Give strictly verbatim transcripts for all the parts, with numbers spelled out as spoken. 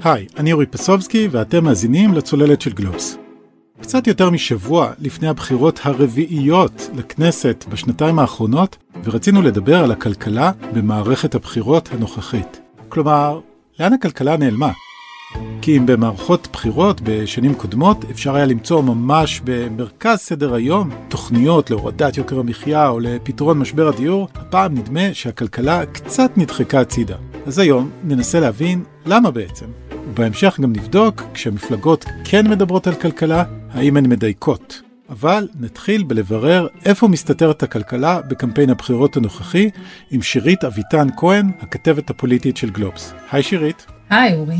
היי, אני אורי פסובסקי ואתם מאזינים לצוללת של גלובס. קצת יותר משבוע לפני הבחירות הרביעיות לכנסת בשנתיים האחרונות, ורצינו לדבר על הכלכלה במערכת הבחירות הנוכחית. כלומר, לאן הכלכלה נעלמה? כי אם במערכות בחירות בשנים קודמות אפשר היה למצוא ממש במרכז סדר היום תוכניות להורדת יוקר המחיה או לפתרון משבר הדיור, הפעם נדמה שהכלכלה קצת נדחקה הצידה. אז היום ננסה להבין למה בעצם. ובהמשך גם נבדוק, כשהמפלגות כן מדברות על כלכלה, האם הן מדייקות. אבל נתחיל בלברר איפה מסתתרת הכלכלה בקמפיין הבחירות הנוכחי עם שירית אביטן כהן, הכתבת הפוליטית של גלובס. היי שירית. היי אורי.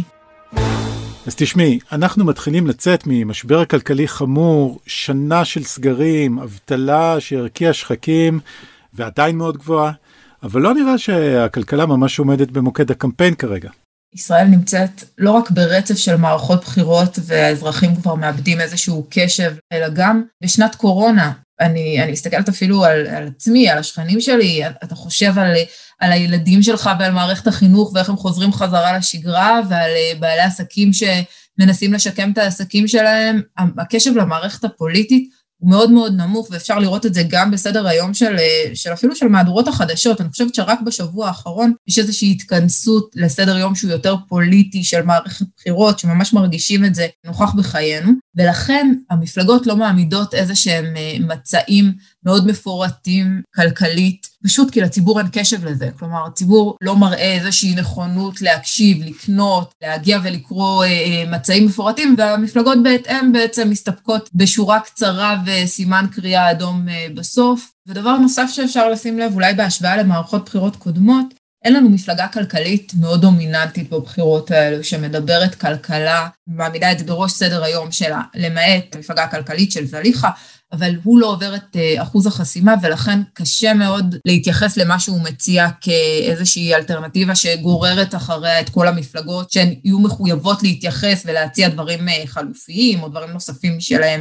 אז תשמעי, אנחנו מתחילים לצאת ממשבר הכלכלי חמור, שנה של סגרים, אבטלה שהרקיעה שחקים ועדיין מאוד גבוהה, אבל לא נראה שהכלכלה ממש עומדת במוקד הקמפיין כרגע. ישראל נמצאת לא רק ברצף של מערכות בחירות והאזרחים כבר מאבדים איזשהו קשב, אלא גם בשנת קורונה. אני, אני מסתכלת אפילו על, על עצמי, על השכנים שלי, אתה חושב על, על הילדים שלך ועל מערכת החינוך ואיך הם חוזרים חזרה לשגרה, ועל בעלי עסקים שמנסים לשקם את העסקים שלהם. הקשב למערכת הפוליטית הוא מאוד מאוד נמוך, ואפשר לראות את זה גם בסדר היום של, של אפילו של מהדורות החדשות. אני חושבת שרק בשבוע האחרון יש איזושהי התכנסות לסדר יום שהוא יותר פוליטי של מערכת בחירות, שממש מרגישים את זה נוכח בחיינו, ולכן המפלגות לא מעמידות איזה שהם מצעים מאוד מפורטים כלכלית, פשוט כי לציבור אין קשב לזה. כלומר, הציבור לא מראה איזושהי נכונות להקשיב, לקנות, להגיע ולקרוא אה, מצעים מפורטים, והמפלגות בהתאם בעצם מסתפקות בשורה קצרה וסימן קריאה אדום אה, בסוף. ודבר נוסף שאפשר לשים לב, אולי בהשוואה למערכות בחירות קודמות, אין לנו מפלגה כלכלית מאוד דומיננטית בבחירות האלו, שמדברת כלכלה, מעמידה את זה בראש סדר היום שלה, למעט המפלגה הכלכלית של זליכה, אבל הוא לא עובר את אחוז החסימה, ולכן קשה מאוד להתייחס למה שהוא מציע כאיזושהי אלטרנטיבה שגוררת אחריה את כל המפלגות, שהן יהיו מחויבות להתייחס ולהציע דברים חלופיים או דברים נוספים שלהם.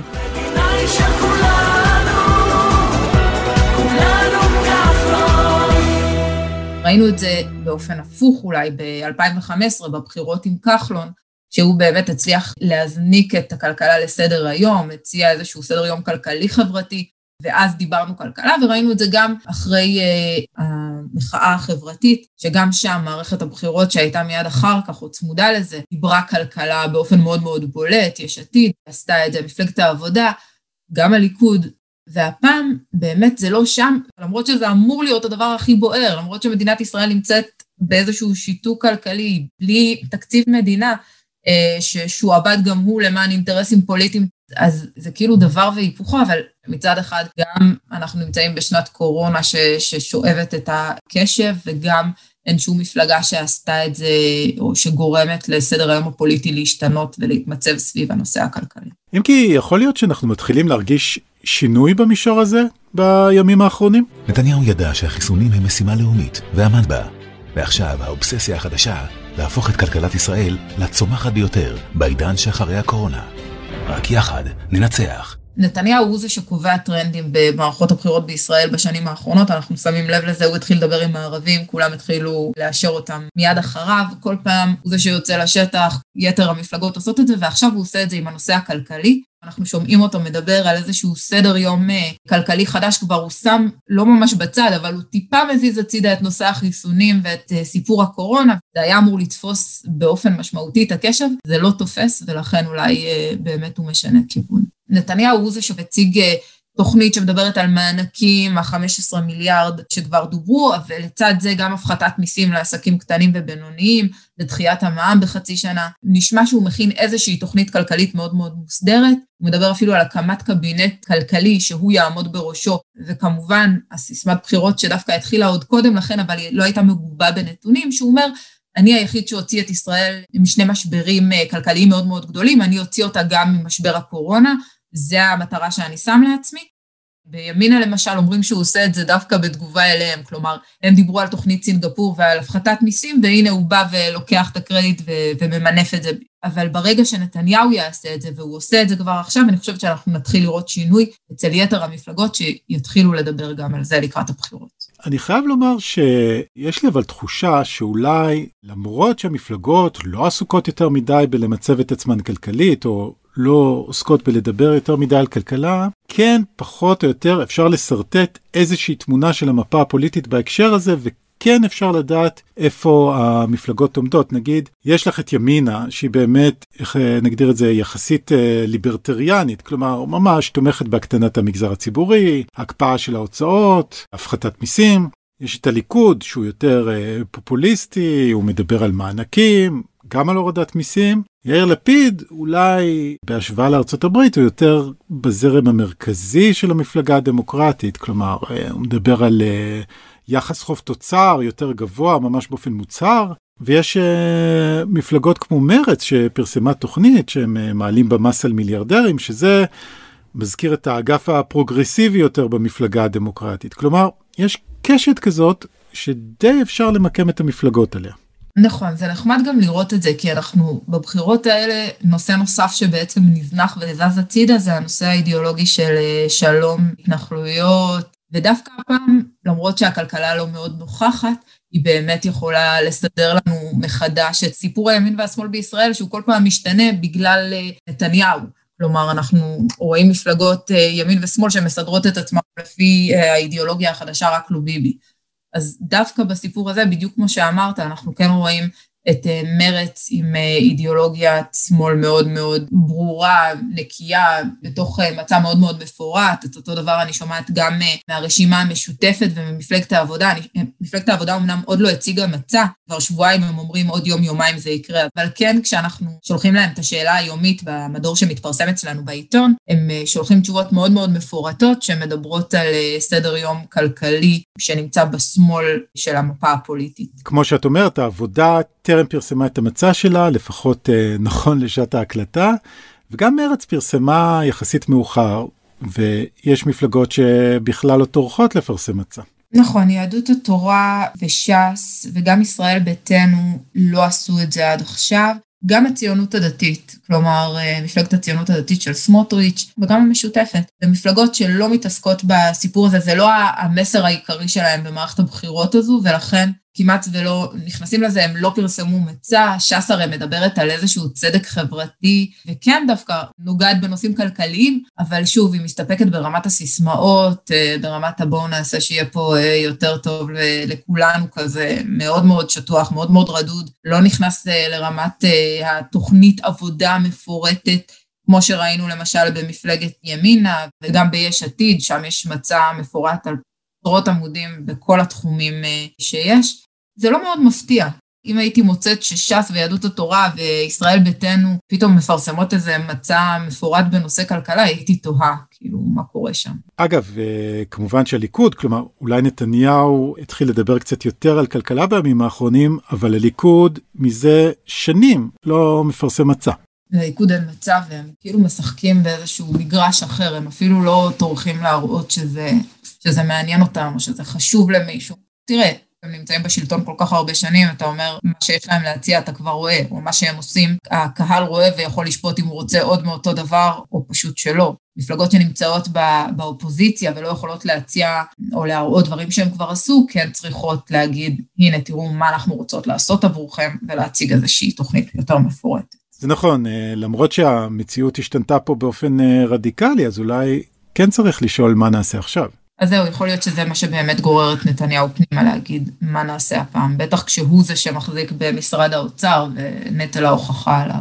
ראינו את זה באופן הפוך אולי ב-אלפיים וחמש עשרה בבחירות עם כחלון, שהוא באמת הצליח להזניק את הכלכלה לסדר היום, הציע איזשהו סדר יום כלכלי חברתי, ואז דיברנו כלכלה, וראינו את זה גם אחרי uh, המחאה החברתית, שגם שם מערכת הבחירות שהייתה מיד אחר כך, או צמודה לזה, דיברה כלכלה באופן מאוד מאוד בולט, יש עתיד, עשתה את זה מפלגת העבודה, גם הליכוד, והפעם באמת זה לא שם, למרות שזה אמור להיות הדבר הכי בוער, למרות שמדינת ישראל נמצאת באיזשהו שיתוק כלכלי, בלי תקציב מדינה, ששועבד גם הוא למען אינטרסים פוליטיים, אז זה כאילו דבר והיפוכו, אבל מצד אחד גם אנחנו נמצאים בשנת קורונה ש, ששואבת את הקשב, וגם אין שום מפלגה שעשתה את זה, או שגורמת לסדר היום הפוליטי להשתנות ולהתמצב סביב הנושא הכלכלי. אם כי יכול להיות שאנחנו מתחילים להרגיש שינוי במישור הזה בימים האחרונים? נתניהו ידע שהחיסונים הם משימה לאומית, ועמד בה. ועכשיו האובססיה החדשה להפוך את כלכלת ישראל לצומחת ביותר בעידן שאחרי הקורונה. רק יחד ננצח. נתניהו הוא זה שקובע טרנדים במערכות הבחירות בישראל בשנים האחרונות, אנחנו שמים לב לזה, הוא התחיל לדבר עם הערבים, כולם התחילו לאשר אותם מיד אחריו, כל פעם הוא זה שיוצא לשטח, יתר המפלגות עושות את זה, ועכשיו הוא עושה את זה עם הנושא הכלכלי, אנחנו שומעים אותו מדבר על איזשהו סדר יום כלכלי חדש, כבר הוא שם לא ממש בצד, אבל הוא טיפה מזיז הצידה את נושא החיסונים ואת סיפור הקורונה, זה היה אמור לתפוס באופן משמעותי את הקשב, זה לא תופס, ולכן אולי באמת הוא משנה כיוון. נתניהו הוא זה שמציג תוכנית שמדברת על מענקים, ה-חמישה עשר מיליארד שכבר דוברו, ולצד זה גם הפחתת מיסים לעסקים קטנים ובינוניים, לדחיית המע"מ בחצי שנה. נשמע שהוא מכין איזושהי תוכנית כלכלית מאוד מאוד מוסדרת, הוא מדבר אפילו על הקמת קבינט כלכלי שהוא יעמוד בראשו, וכמובן הסיסמת בחירות שדווקא התחילה עוד קודם לכן, אבל היא לא הייתה מגובה בנתונים, שהוא אומר, אני היחיד שהוציא את ישראל משני משברים כלכליים מאוד מאוד גדולים, אני הוציא אותה גם ממשבר הקורונה, זה המטרה שאני שם לעצמי. בימינה למשל אומרים שהוא עושה את זה דווקא בתגובה אליהם, כלומר, הם דיברו על תוכנית סינגפור ועל הפחתת מיסים, והנה הוא בא ולוקח את הקרדיט ו- וממנף את זה. אבל ברגע שנתניהו יעשה את זה, והוא עושה את זה כבר עכשיו, אני חושבת שאנחנו נתחיל לראות שינוי אצל יתר המפלגות שיתחילו לדבר גם על זה לקראת הבחירות. אני חייב לומר שיש לי אבל תחושה שאולי למרות שהמפלגות לא עסוקות יותר מדי בלמצב את עצמן כלכלית, או לא עוסקות בלדבר יותר מדי על כלכלה, כן פחות או יותר אפשר לסרטט איזושהי תמונה של המפה הפוליטית בהקשר הזה, וכן אפשר לדעת איפה המפלגות עומדות. נגיד, יש לך את ימינה, שהיא באמת, איך נגדיר את זה, יחסית ליברטריאנית, כלומר, ממש תומכת בהקטנת המגזר הציבורי, הקפאה של ההוצאות, הפחתת מיסים. יש את הליכוד, שהוא יותר פופוליסטי, הוא מדבר על מענקים, גם על הורדת מיסים. יאיר לפיד, אולי בהשוואה לארצות הברית, הוא יותר בזרם המרכזי של המפלגה הדמוקרטית, כלומר, הוא מדבר על יחס חוב תוצר יותר גבוה, ממש באופן מוצהר, ויש uh, מפלגות כמו מרץ שפרסמה תוכנית שהם מעלים במס על מיליארדרים, שזה מזכיר את האגף הפרוגרסיבי יותר במפלגה הדמוקרטית. כלומר, יש קשת כזאת שדי אפשר למקם את המפלגות עליה. נכון, זה נחמד גם לראות את זה, כי אנחנו בבחירות האלה, נושא נוסף שבעצם נזנח וזז הצידה, זה הנושא האידיאולוגי של שלום, התנחלויות, ודווקא הפעם, למרות שהכלכלה לא מאוד נוכחת, היא באמת יכולה לסדר לנו מחדש את סיפור הימין והשמאל בישראל, שהוא כל פעם משתנה בגלל נתניהו. כלומר, אנחנו רואים מפלגות ימין ושמאל שמסדרות את עצמם לפי האידיאולוגיה החדשה, רק לא ביבי. אז דווקא בסיפור הזה, בדיוק כמו שאמרת, אנחנו כן רואים את מרץ עם אידיאולוגיית שמאל מאוד מאוד ברורה, נקייה, בתוך מצע מאוד מאוד מפורט. את אותו דבר אני שומעת גם מהרשימה המשותפת וממפלגת העבודה. מפלגת העבודה אמנם עוד לא הציגה מצע, כבר שבועיים הם אומרים עוד יום יומיים זה יקרה, אבל כן כשאנחנו שולחים להם את השאלה היומית במדור שמתפרסם אצלנו בעיתון, הם שולחים תשובות מאוד מאוד מפורטות שמדברות על סדר יום כלכלי שנמצא בשמאל של המפה הפוליטית. כמו שאת אומרת, העבודה טרם פרסמה את המצע שלה, לפחות אה, נכון לשעת ההקלטה, וגם מרץ פרסמה יחסית מאוחר, ויש מפלגות שבכלל לא טורחות לפרסם מצע. נכון, יהדות התורה וש"ס וגם ישראל ביתנו לא עשו את זה עד עכשיו, גם הציונות הדתית, כלומר מפלגת הציונות הדתית של סמוטריץ' וגם המשותפת, ומפלגות שלא מתעסקות בסיפור הזה, זה לא המסר העיקרי שלהם במערכת הבחירות הזו, ולכן כמעט ולא נכנסים לזה, הם לא פרסמו מצע, ש"ס הרי מדברת על איזשהו צדק חברתי, וכן דווקא נוגעת בנושאים כלכליים, אבל שוב, היא מסתפקת ברמת הסיסמאות, ברמת הבואו נעשה שיהיה פה יותר טוב לכולנו כזה, מאוד מאוד שטוח, מאוד מאוד רדוד, לא נכנס לרמת התוכנית עבודה מפורטת, כמו שראינו למשל במפלגת ימינה, וגם ביש עתיד, שם יש מצע מפורט על עשרות עמודים בכל התחומים שיש. זה לא מאוד מפתיע. אם הייתי מוצאת שש"ס ויהדות התורה וישראל ביתנו פתאום מפרסמות איזה מצע מפורט בנושא כלכלה, הייתי תוהה, כאילו, מה קורה שם. אגב, כמובן שהליכוד, כלומר, אולי נתניהו התחיל לדבר קצת יותר על כלכלה בימים האחרונים, אבל הליכוד מזה שנים לא מפרסם מצע. לליכוד אין מצע, והם כאילו משחקים באיזשהו מגרש אחר, הם אפילו לא טורחים להראות שזה, שזה מעניין אותם, או שזה חשוב למישהו. תראה, הם נמצאים בשלטון כל כך הרבה שנים, אתה אומר, מה שיש להם להציע אתה כבר רואה, או מה שהם עושים, הקהל רואה ויכול לשפוט אם הוא רוצה עוד מאותו דבר, או פשוט שלא. מפלגות שנמצאות באופוזיציה ולא יכולות להציע או להראות דברים שהם כבר עשו, כן צריכות להגיד, הנה תראו מה אנחנו רוצות לעשות עבורכם, ולהציג איזושהי תוכנית יותר מפורטת. זה נכון, למרות שהמציאות השתנתה פה באופן רדיקלי, אז אולי כן צריך לשאול מה נעשה עכשיו. אז זהו, יכול להיות שזה מה שבאמת גורר את נתניהו פנימה להגיד מה נעשה הפעם, בטח כשהוא זה שמחזיק במשרד האוצר ונטל ההוכחה עליו.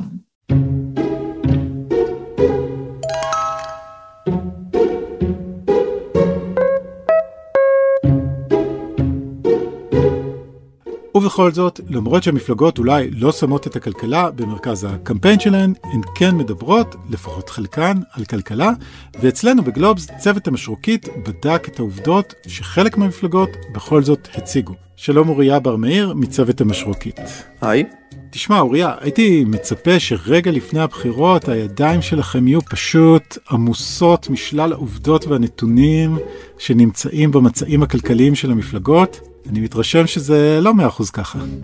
ובכל זאת, למרות שהמפלגות אולי לא שמות את הכלכלה במרכז הקמפיין שלהן, הן כן מדברות, לפחות חלקן, על כלכלה, ואצלנו בגלובס צוות המשרוקית בדק את העובדות שחלק מהמפלגות בכל זאת הציגו. שלום אוריה בר מאיר מצוות המשרוקית. היי. תשמע אוריה, הייתי מצפה שרגע לפני הבחירות הידיים שלכם יהיו פשוט עמוסות משלל העובדות והנתונים שנמצאים במצעים הכלכליים של המפלגות. אני מתרשם שזה לא מאה אחוז ככה.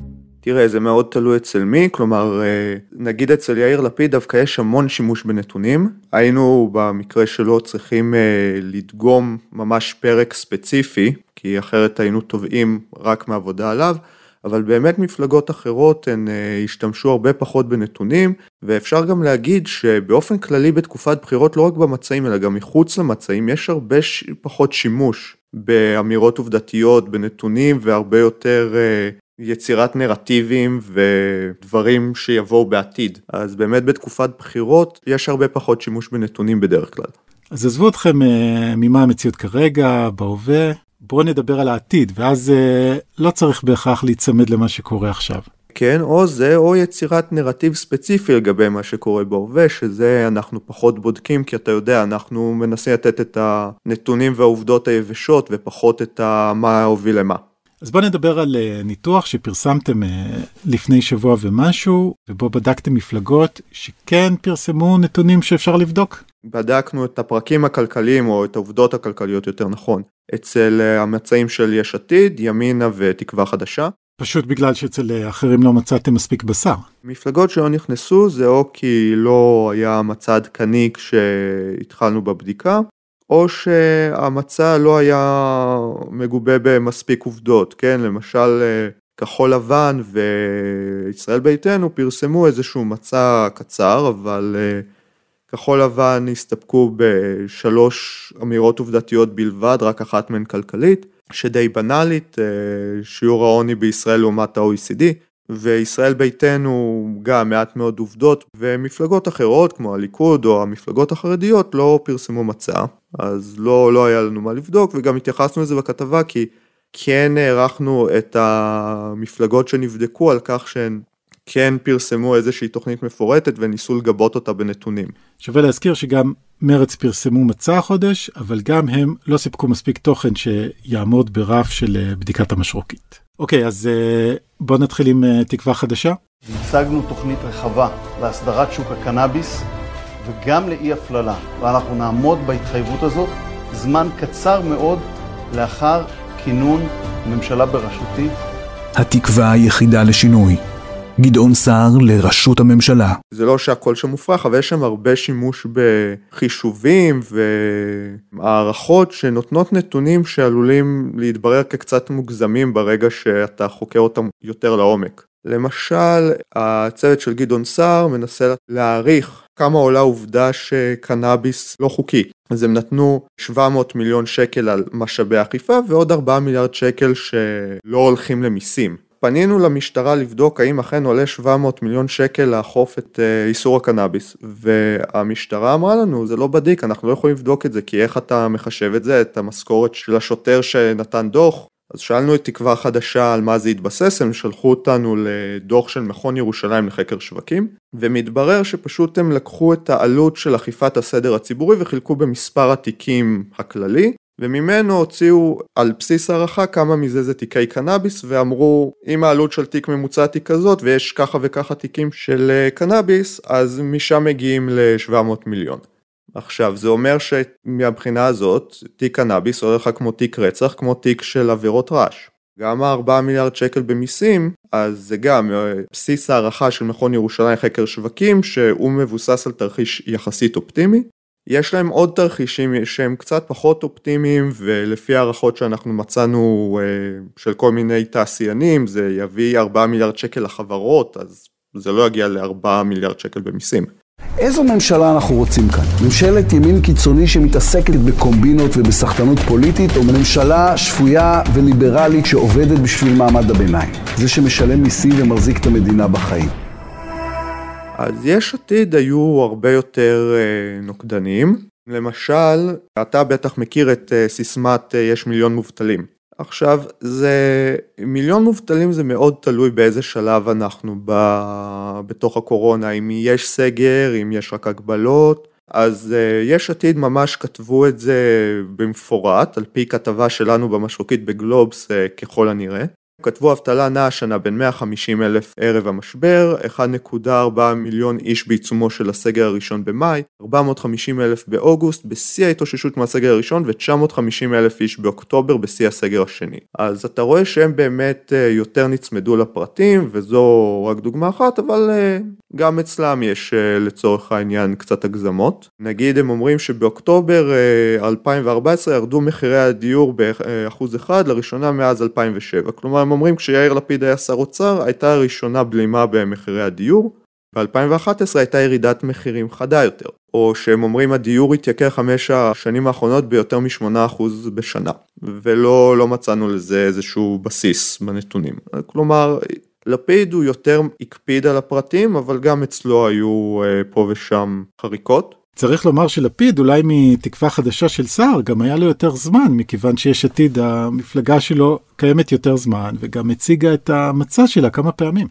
תראה, זה מאוד תלוי אצל מי, כלומר, נגיד אצל יאיר לפיד דווקא יש המון שימוש בנתונים, היינו במקרה שלו צריכים לדגום ממש פרק ספציפי, כי אחרת היינו תובעים רק מעבודה עליו, אבל באמת מפלגות אחרות הן השתמשו הרבה פחות בנתונים, ואפשר גם להגיד שבאופן כללי בתקופת בחירות לא רק במצעים, אלא גם מחוץ למצעים, יש הרבה ש... פחות שימוש באמירות עובדתיות, בנתונים, והרבה יותר יצירת נרטיבים ודברים שיבואו בעתיד. אז באמת בתקופת בחירות יש הרבה פחות שימוש בנתונים בדרך כלל. אז עזבו אתכם ממה המציאות כרגע, בהווה, בואו נדבר על העתיד, ואז לא צריך בהכרח להיצמד למה שקורה עכשיו. כן, או זה, או יצירת נרטיב ספציפי לגבי מה שקורה בהווה, שזה אנחנו פחות בודקים, כי אתה יודע, אנחנו מנסים לתת את הנתונים והעובדות היבשות, ופחות את מה הוביל למה. אז בואו נדבר על ניתוח שפרסמתם לפני שבוע ומשהו, ובו בדקתם מפלגות שכן פרסמו נתונים שאפשר לבדוק. בדקנו את הפרקים הכלכליים, או את העובדות הכלכליות יותר נכון, אצל המצעים של יש עתיד, ימינה ותקווה חדשה. פשוט בגלל שאצל אחרים לא מצאתם מספיק בשר. מפלגות שלא נכנסו זה או כי לא היה מצע עדכני כשהתחלנו בבדיקה, או שהמצע לא היה מגובה במספיק עובדות, כן? למשל כחול לבן וישראל ביתנו פרסמו איזשהו מצע קצר, אבל כחול לבן הסתפקו בשלוש אמירות עובדתיות בלבד, רק אחת מהן כלכלית, שדי בנאלית, שיעור העוני בישראל לעומת ה-או אי סי די, וישראל ביתנו גם מעט מאוד עובדות, ומפלגות אחרות כמו הליכוד או המפלגות החרדיות לא פרסמו מצע, אז לא, לא היה לנו מה לבדוק, וגם התייחסנו לזה בכתבה, כי כן הערכנו את המפלגות שנבדקו על כך שהן כן פרסמו איזושהי תוכנית מפורטת וניסו לגבות אותה בנתונים. שווה להזכיר שגם מרץ פרסמו מצע חודש, אבל גם הם לא סיפקו מספיק תוכן שיעמוד ברף של בדיקת המשרוקית. אוקיי, אז בואו נתחיל עם תקווה חדשה. הצגנו תוכנית רחבה להסדרת שוק הקנאביס וגם לאי הפללה, ואנחנו נעמוד בהתחייבות הזאת זמן קצר מאוד לאחר כינון ממשלה בראשותי. התקווה היחידה לשינוי. גדעון סער לראשות הממשלה. זה לא שהכל שם מופרך, אבל יש שם הרבה שימוש בחישובים והערכות שנותנות נתונים שעלולים להתברר כקצת מוגזמים ברגע שאתה חוקר אותם יותר לעומק. למשל, הצוות של גדעון סער מנסה להעריך כמה עולה עובדה שקנאביס לא חוקי. אז הם נתנו שבע מאות מיליון שקל על משאבי אכיפה ועוד ארבעה מיליארד שקל שלא הולכים למיסים. פנינו למשטרה לבדוק האם אכן עולה שבע מאות מיליון שקל לאכוף את איסור הקנאביס, והמשטרה אמרה לנו, זה לא בדיק, אנחנו לא יכולים לבדוק את זה, כי איך אתה מחשב את זה, את המשכורת של השוטר שנתן דוח? אז שאלנו את תקווה חדשה על מה זה התבסס, הם שלחו אותנו לדוח של מכון ירושלים לחקר שווקים, ומתברר שפשוט הם לקחו את העלות של אכיפת הסדר הציבורי וחילקו במספר התיקים הכללי, וממנו הוציאו על בסיס הערכה כמה מזה זה תיקי קנאביס, ואמרו, אם העלות של תיק ממוצע תיק כזאת, ויש ככה וככה תיקים של קנאביס, אז משם מגיעים ל-שבע מאות מיליון. עכשיו, זה אומר שמהבחינה הזאת, תיק קנאביס עולה לך כמו תיק רצח, כמו תיק של עבירות רעש. גם ה-ארבעה מיליארד שקל במיסים, אז זה גם בסיס הערכה של מכון ירושלים חקר שווקים, שהוא מבוסס על תרחיש יחסית אופטימי. יש להם עוד תרחישים שהם קצת פחות אופטימיים, ולפי הערכות שאנחנו מצאנו של כל מיני תעשיינים, זה יביא ארבעה מיליארד שקל לחברות, אז זה לא יגיע ל-ארבעה מיליארד שקל במיסים. איזו ממשלה אנחנו רוצים כאן? ממשלת ימין קיצוני שמתעסקת בקומבינות ובסחטנות פוליטית, או ממשלה שפויה וליברלית שעובדת בשביל מעמד הביניים? זה שמשלם מיסים ומחזיק את המדינה בחיים. אז יש עתיד היו הרבה יותר אה, נוקדנים. למשל, אתה בטח מכיר את אה, סיסמת אה, יש מיליון מובטלים. עכשיו, זה, מיליון מובטלים זה מאוד תלוי באיזה שלב אנחנו ב, בתוך הקורונה, אם יש סגר, אם יש רק הגבלות. אז אה, יש עתיד ממש כתבו את זה במפורט, על פי כתבה שלנו במשרוקית בגלובס אה, ככל הנראה. כתבו אבטלה נעה השנה בין מאה וחמישים אלף ערב המשבר, אחד נקודה ארבע מיליון איש בעיצומו של הסגר הראשון במאי, ארבע מאות וחמישים אלף באוגוסט בשיא ההתאוששות מהסגר הראשון, ו-תשע מאות וחמישים אלף איש באוקטובר בשיא הסגר השני. אז אתה רואה שהם באמת יותר נצמדו לפרטים, וזו רק דוגמה אחת, אבל גם אצלם יש לצורך העניין קצת הגזמות. נגיד הם אומרים שבאוקטובר אלפיים וארבע עשרה ירדו מחירי הדיור באחוז אחד לראשונה מאז אלפיים ושבע. כלומר הם אומרים כשיאיר לפיד היה שר אוצר הייתה ראשונה בלימה במחירי הדיור, ב-אלפיים ואחת עשרה הייתה ירידת מחירים חדה יותר. או שהם אומרים הדיור התייקר חמש השנים האחרונות ביותר מ-שמונה אחוז בשנה, ולא לא מצאנו לזה איזשהו בסיס בנתונים. כלומר לפיד הוא יותר הקפיד על הפרטים, אבל גם אצלו היו פה ושם חריקות. צריך לומר שלפיד, אולי מתקווה חדשה של שר, גם היה לו יותר זמן, מכיוון שיש עתיד, המפלגה שלו קיימת יותר זמן, וגם הציגה את המצע שלה כמה פעמים.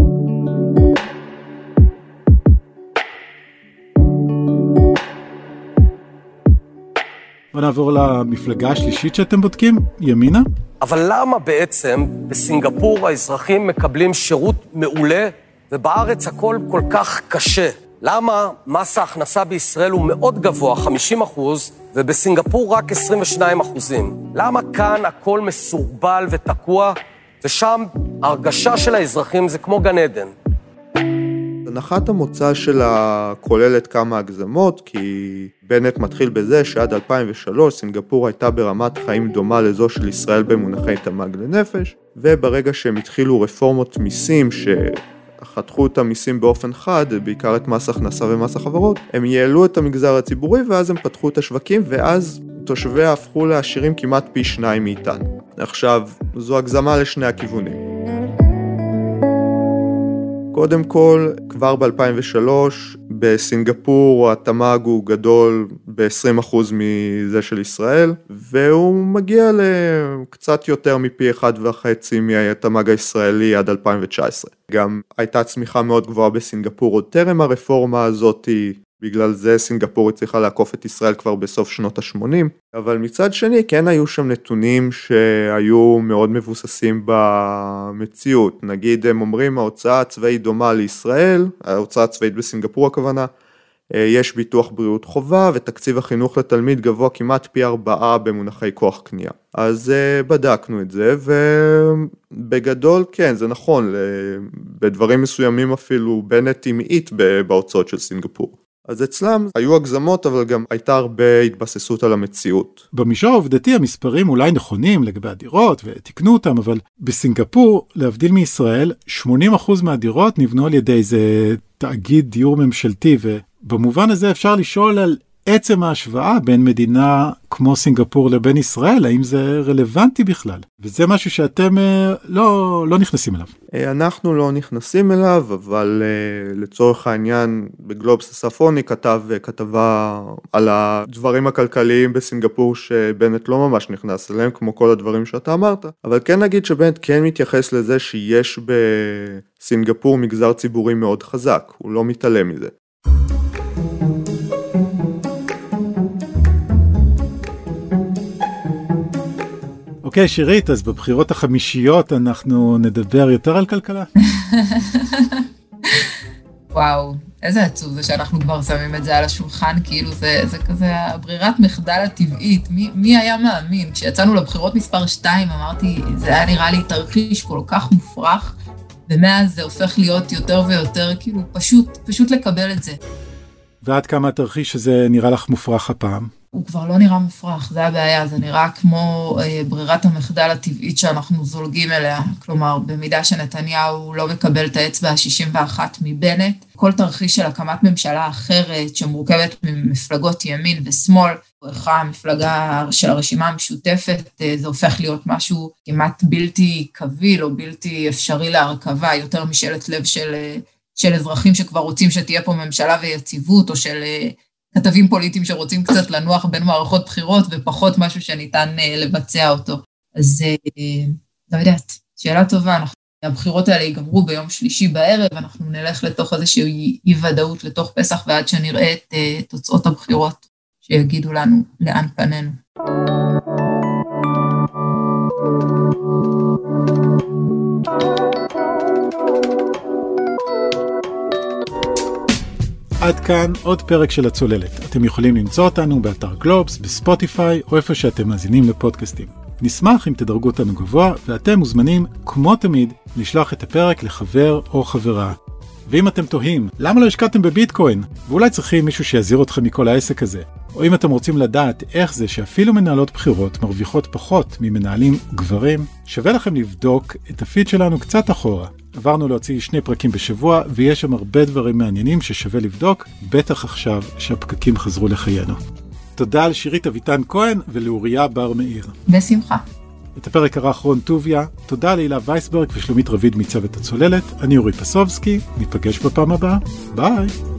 בוא נעבור למפלגה השלישית שאתם בודקים, ימינה. אבל למה בעצם בסינגפור האזרחים מקבלים שירות מעולה, ובארץ הכל כל כך קשה? למה מס ההכנסה בישראל הוא מאוד גבוה, חמישים אחוז, ובסינגפור רק עשרים ושניים אחוזים? למה כאן הכל מסורבל ותקוע, ושם ההרגשה של האזרחים זה כמו גן עדן? הנחת המוצא שלה כוללת כמה הגזמות, כי בנט מתחיל בזה שעד אלפיים ושלוש סינגפור הייתה ברמת חיים דומה לזו של ישראל במונחי תמ"ג לנפש, וברגע שהם התחילו רפורמות מיסים שחתכו את המיסים באופן חד, בעיקר את מס הכנסה ומס החברות, הם יעלו את המגזר הציבורי ואז הם פתחו את השווקים, ואז תושביה הפכו לעשירים כמעט פי שניים מאיתנו. עכשיו, זו הגזמה לשני הכיוונים. קודם כל, כבר ב-אלפיים ושלוש, בסינגפור התמ"ג הוא גדול ב-עשרים אחוז מזה של ישראל, והוא מגיע לקצת יותר מפי אחד וחצי מהתמ"ג הישראלי עד אלפיים ותשע עשרה. גם הייתה צמיחה מאוד גבוהה בסינגפור עוד טרם הרפורמה הזאת, בגלל זה סינגפור הצליחה לעקוף את ישראל כבר בסוף שנות ה-שמונים, אבל מצד שני כן היו שם נתונים שהיו מאוד מבוססים במציאות. נגיד הם אומרים ההוצאה הצבאית דומה לישראל, ההוצאה הצבאית בסינגפור הכוונה, יש ביטוח בריאות חובה ותקציב החינוך לתלמיד גבוה כמעט פי ארבעה במונחי כוח קנייה. אז בדקנו את זה ובגדול כן זה נכון, בדברים מסוימים אפילו בנט המעיט בהוצאות של סינגפור. אז אצלם היו הגזמות, אבל גם הייתה הרבה התבססות על המציאות. במישור העובדתי המספרים אולי נכונים לגבי הדירות ותקנו אותם, אבל בסינגפור, להבדיל מישראל, שמונים אחוז מהדירות נבנו על ידי איזה תאגיד דיור ממשלתי, ובמובן הזה אפשר לשאול על עצם ההשוואה בין מדינה כמו סינגפור לבין ישראל, האם זה רלוונטי בכלל? וזה משהו שאתם לא, לא נכנסים אליו. אנחנו לא נכנסים אליו, אבל לצורך העניין בגלובס הצפוני כתב כתבה על הדברים הכלכליים בסינגפור שבנט לא ממש נכנס אליהם, כמו כל הדברים שאתה אמרת. אבל כן נגיד שבנט כן מתייחס לזה שיש בסינגפור מגזר ציבורי מאוד חזק, הוא לא מתעלם מזה. אוקיי, שירית, אז בבחירות החמישיות אנחנו נדבר יותר על כלכלה? וואו, איזה עצוב זה שאנחנו כבר שמים את זה על השולחן, כאילו זה, זה כזה הברירת מחדל הטבעית. מי, מי היה מאמין? כשיצאנו לבחירות מספר שתיים, אמרתי, זה היה נראה לי תרחיש כל כך מופרך, ומאז זה הופך להיות יותר ויותר, כאילו פשוט, פשוט לקבל את זה. ועד כמה התרחיש הזה נראה לך מופרך הפעם? הוא כבר לא נראה מופרך, זה הבעיה, זה נראה כמו אה, ברירת המחדל הטבעית שאנחנו זולגים אליה, כלומר, במידה שנתניהו לא מקבל את האצבע ה-שישים ואחת מבנט, כל תרחיש של הקמת ממשלה אחרת שמורכבת ממפלגות ימין ושמאל, או המפלגה של הרשימה המשותפת, אה, זה הופך להיות משהו כמעט בלתי קביל או בלתי אפשרי להרכבה, יותר משאלת לב של, של אזרחים שכבר רוצים שתהיה פה ממשלה ויציבות, או של כתבים פוליטיים שרוצים קצת לנוח בין מערכות בחירות, ופחות משהו שניתן לבצע אותו. אז לא יודעת, שאלה טובה, אנחנו, הבחירות האלה ייגמרו ביום שלישי בערב, אנחנו נלך לתוך איזושהי אי ודאות לתוך פסח, ועד שנראה את תוצאות הבחירות, שיגידו לנו לאן פנינו. עד כאן עוד פרק של הצוללת. אתם יכולים למצוא אותנו באתר גלובס, בספוטיפיי או איפה שאתם מאזינים לפודקאסטים. נשמח אם תדרגו אותנו גבוה, ואתם מוזמנים, כמו תמיד, לשלוח את הפרק לחבר או חברה. ואם אתם תוהים, למה לא השקעתם בביטקוין? ואולי צריכים מישהו שיעזיר אתכם מכל העסק הזה. או אם אתם רוצים לדעת איך זה שאפילו מנהלות בחירות מרוויחות פחות ממנהלים גברים, שווה לכם לבדוק את הפיד שלנו קצת אחורה. עברנו להוציא שני פרקים בשבוע, ויש שם הרבה דברים מעניינים ששווה לבדוק, בטח עכשיו שהפקקים חזרו לחיינו. תודה לשירית אביטן כהן ולאוריה בר מאיר. בשמחה. את הפרק ערך רון טוביה, תודה להילה וייסברג ושלומית רביד מצוות הצוללת, אני אורי פסובסקי, ניפגש בפעם הבאה, ביי.